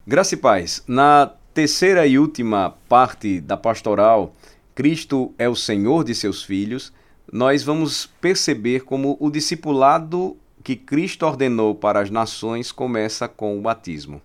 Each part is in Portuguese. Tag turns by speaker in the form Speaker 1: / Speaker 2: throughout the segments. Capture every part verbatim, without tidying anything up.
Speaker 1: Graça e paz. Na terceira e última parte da pastoral, Cristo é o Senhor de seus filhos, nós vamos perceber como o discipulado que Cristo ordenou para as nações começa com o batismo.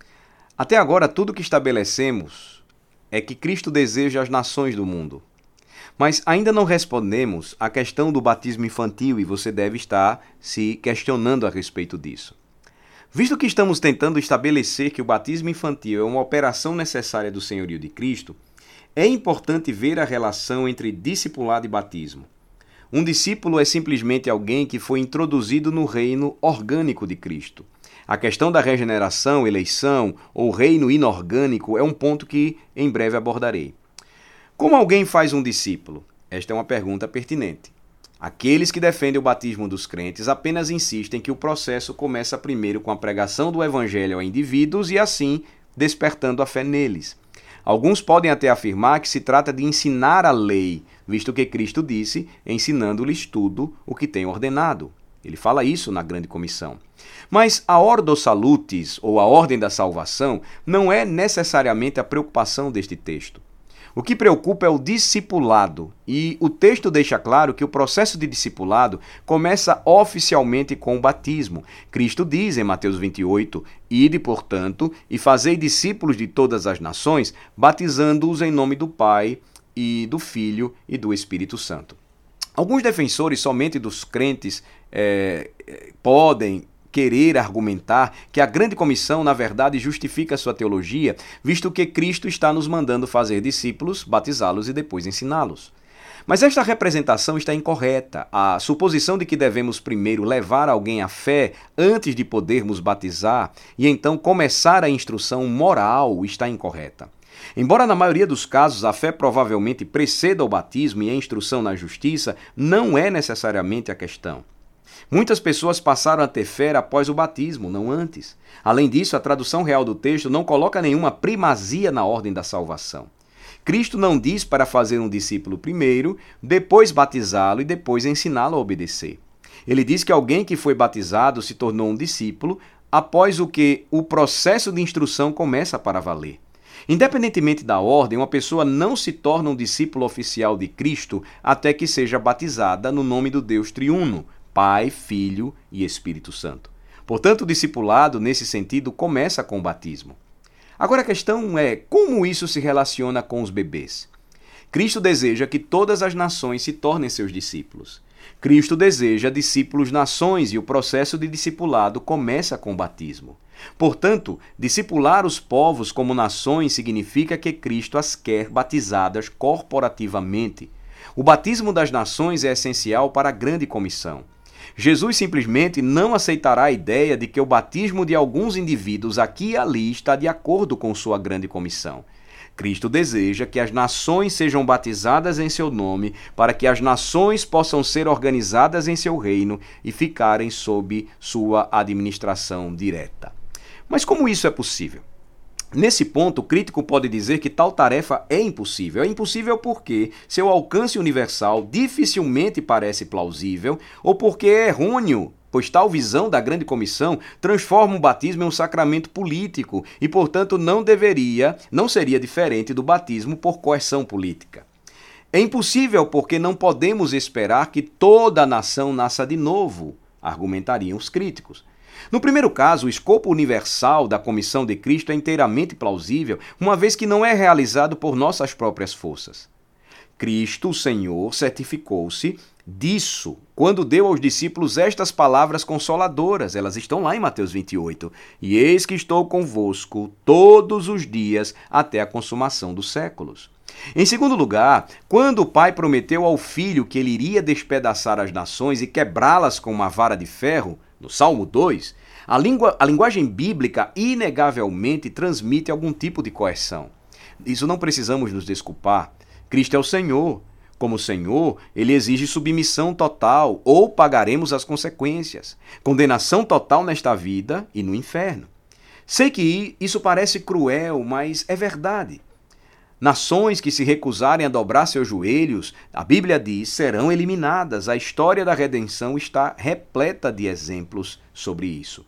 Speaker 1: Até agora, tudo que estabelecemos é que Cristo deseja as nações do mundo. Mas ainda não respondemos à questão do batismo infantil e você deve estar se questionando a respeito disso. Visto que estamos tentando estabelecer que o batismo infantil é uma operação necessária do senhorio de Cristo, é importante ver a relação entre discipulado e batismo. Um discípulo é simplesmente alguém que foi introduzido no reino orgânico de Cristo. A questão da regeneração, eleição ou reino inorgânico é um ponto que em breve abordarei. Como alguém faz um discípulo? Esta é uma pergunta pertinente. Aqueles que defendem o batismo dos crentes apenas insistem que o processo começa primeiro com a pregação do evangelho a indivíduos e assim despertando a fé neles. Alguns podem até afirmar que se trata de ensinar a lei, visto que Cristo disse, ensinando-lhes tudo o que tem ordenado. Ele fala isso na Grande Comissão. Mas a Ordo Salutis, ou a Ordem da Salvação, não é necessariamente a preocupação deste texto. O que preocupa é o discipulado, e o texto deixa claro que o processo de discipulado começa oficialmente com o batismo. Cristo diz em Mateus vinte e oito, ide, portanto, e fazei discípulos de todas as nações, batizando-os em nome do Pai, e do Filho e do Espírito Santo. Alguns defensores somente dos crentes é, podem querer argumentar que a Grande Comissão, na verdade, justifica a sua teologia, visto que Cristo está nos mandando fazer discípulos, batizá-los e depois ensiná-los. Mas esta representação está incorreta. A suposição de que devemos primeiro levar alguém à fé antes de podermos batizar e então começar a instrução moral está incorreta. Embora na maioria dos casos a fé provavelmente preceda o batismo e a instrução na justiça, não é necessariamente a questão. Muitas pessoas passaram a ter fé após o batismo, não antes. Além disso, a tradução real do texto não coloca nenhuma primazia na ordem da salvação. Cristo não diz para fazer um discípulo primeiro, depois batizá-lo e depois ensiná-lo a obedecer. Ele diz que alguém que foi batizado se tornou um discípulo, após o que o processo de instrução começa para valer. Independentemente da ordem, uma pessoa não se torna um discípulo oficial de Cristo até que seja batizada no nome do Deus triuno, Pai, Filho e Espírito Santo. Portanto, o discipulado, nesse sentido, começa com o batismo. Agora a questão é, como isso se relaciona com os bebês? Cristo deseja que todas as nações se tornem seus discípulos. Cristo deseja discípulos nações e o processo de discipulado começa com o batismo. Portanto, discipular os povos como nações significa que Cristo as quer batizadas corporativamente. O batismo das nações é essencial para a Grande Comissão. Jesus simplesmente não aceitará a ideia de que o batismo de alguns indivíduos aqui e ali está de acordo com sua Grande Comissão. Cristo deseja que as nações sejam batizadas em seu nome, para que as nações possam ser organizadas em seu reino e ficarem sob sua administração direta. Mas como isso é possível? Nesse ponto, o crítico pode dizer que tal tarefa é impossível. É impossível porque seu alcance universal dificilmente parece plausível ou porque é errôneo, pois tal visão da Grande Comissão transforma o batismo em um sacramento político e, portanto, não deveria, não seria diferente do batismo por coerção política. É impossível porque não podemos esperar que toda a nação nasça de novo, argumentariam os críticos. No primeiro caso, o escopo universal da comissão de Cristo é inteiramente plausível, uma vez que não é realizado por nossas próprias forças. Cristo, o Senhor, certificou-se disso quando deu aos discípulos estas palavras consoladoras. Elas estão lá em Mateus vinte e oito. E eis que estou convosco todos os dias até a consumação dos séculos. Em segundo lugar, quando o Pai prometeu ao Filho que ele iria despedaçar as nações e quebrá-las com uma vara de ferro, no Salmo dois, a, língua, a linguagem bíblica inegavelmente transmite algum tipo de coerção. Isso não precisamos nos desculpar. Cristo é o Senhor. Como Senhor, ele exige submissão total ou pagaremos as consequências. Condenação total nesta vida e no inferno. Sei que isso parece cruel, mas é verdade. Nações que se recusarem a dobrar seus joelhos, a Bíblia diz, serão eliminadas. A história da redenção está repleta de exemplos sobre isso.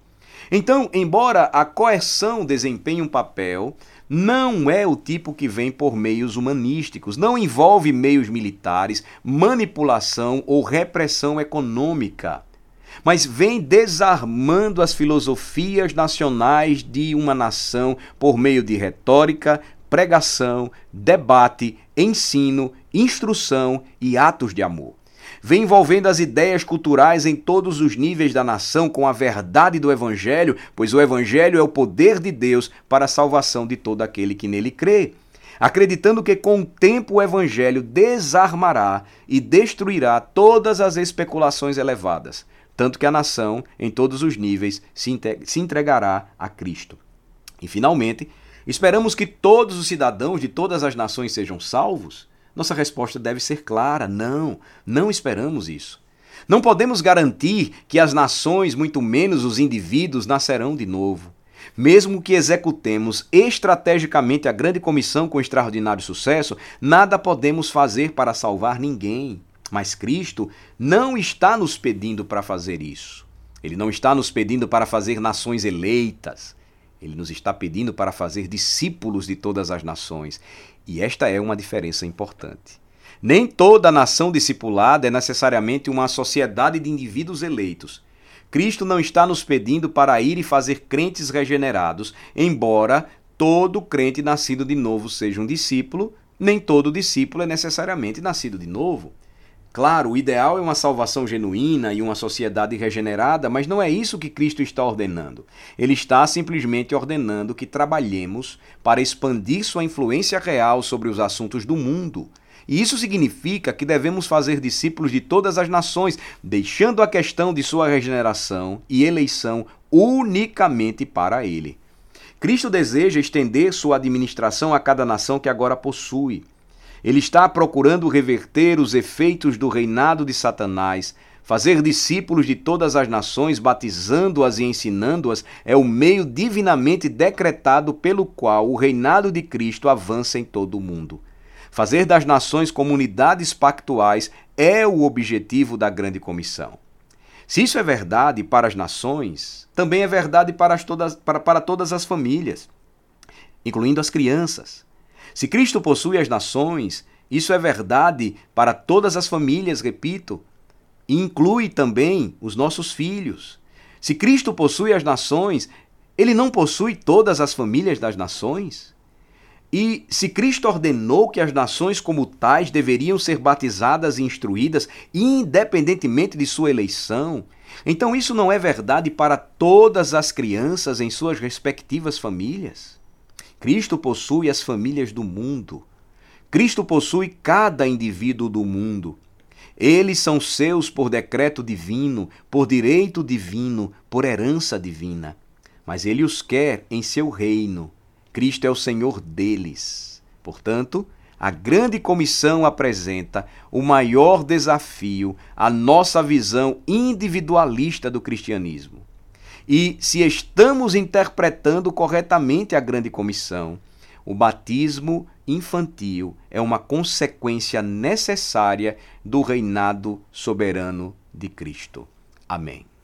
Speaker 1: Então, embora a coerção desempenhe um papel, não é o tipo que vem por meios humanísticos, não envolve meios militares, manipulação ou repressão econômica, mas vem desarmando as filosofias nacionais de uma nação por meio de retórica, pregação, debate, ensino, instrução e atos de amor. Vem envolvendo as ideias culturais em todos os níveis da nação com a verdade do Evangelho, pois o Evangelho é o poder de Deus para a salvação de todo aquele que nele crê. Acreditando que com o tempo o Evangelho desarmará e destruirá todas as especulações elevadas, tanto que a nação, em todos os níveis, se entregará a Cristo. E, finalmente, esperamos que todos os cidadãos de todas as nações sejam salvos? Nossa resposta deve ser clara: não, não esperamos isso. Não podemos garantir que as nações, muito menos os indivíduos, nascerão de novo. Mesmo que executemos estrategicamente a grande comissão com extraordinário sucesso, nada podemos fazer para salvar ninguém. Mas Cristo não está nos pedindo para fazer isso. Ele não está nos pedindo para fazer nações eleitas. Ele nos está pedindo para fazer discípulos de todas as nações. E esta é uma diferença importante. Nem toda nação discipulada é necessariamente uma sociedade de indivíduos eleitos. Cristo não está nos pedindo para ir e fazer crentes regenerados, embora todo crente nascido de novo seja um discípulo, nem todo discípulo é necessariamente nascido de novo. Claro, o ideal é uma salvação genuína e uma sociedade regenerada, mas não é isso que Cristo está ordenando. Ele está simplesmente ordenando que trabalhemos para expandir sua influência real sobre os assuntos do mundo. E isso significa que devemos fazer discípulos de todas as nações, deixando a questão de sua regeneração e eleição unicamente para Ele. Cristo deseja estender sua administração a cada nação que agora possui. Ele está procurando reverter os efeitos do reinado de Satanás. Fazer discípulos de todas as nações, batizando-as e ensinando-as, é o meio divinamente decretado pelo qual o reinado de Cristo avança em todo o mundo. Fazer das nações comunidades pactuais é o objetivo da grande comissão. Se isso é verdade para as nações, também é verdade para, as todas, para, para todas as famílias, incluindo as crianças. Se Cristo possui as nações, isso é verdade para todas as famílias, repito, e inclui também os nossos filhos. Se Cristo possui as nações, Ele não possui todas as famílias das nações? E se Cristo ordenou que as nações como tais deveriam ser batizadas e instruídas, independentemente de sua eleição, então isso não é verdade para todas as crianças em suas respectivas famílias? Cristo possui as famílias do mundo. Cristo possui cada indivíduo do mundo. Eles são seus por decreto divino, por direito divino, por herança divina. Mas Ele os quer em seu reino. Cristo é o Senhor deles. Portanto, a grande comissão apresenta o maior desafio à nossa visão individualista do cristianismo. E se estamos interpretando corretamente a grande comissão, o batismo infantil é uma consequência necessária do reinado soberano de Cristo. Amém.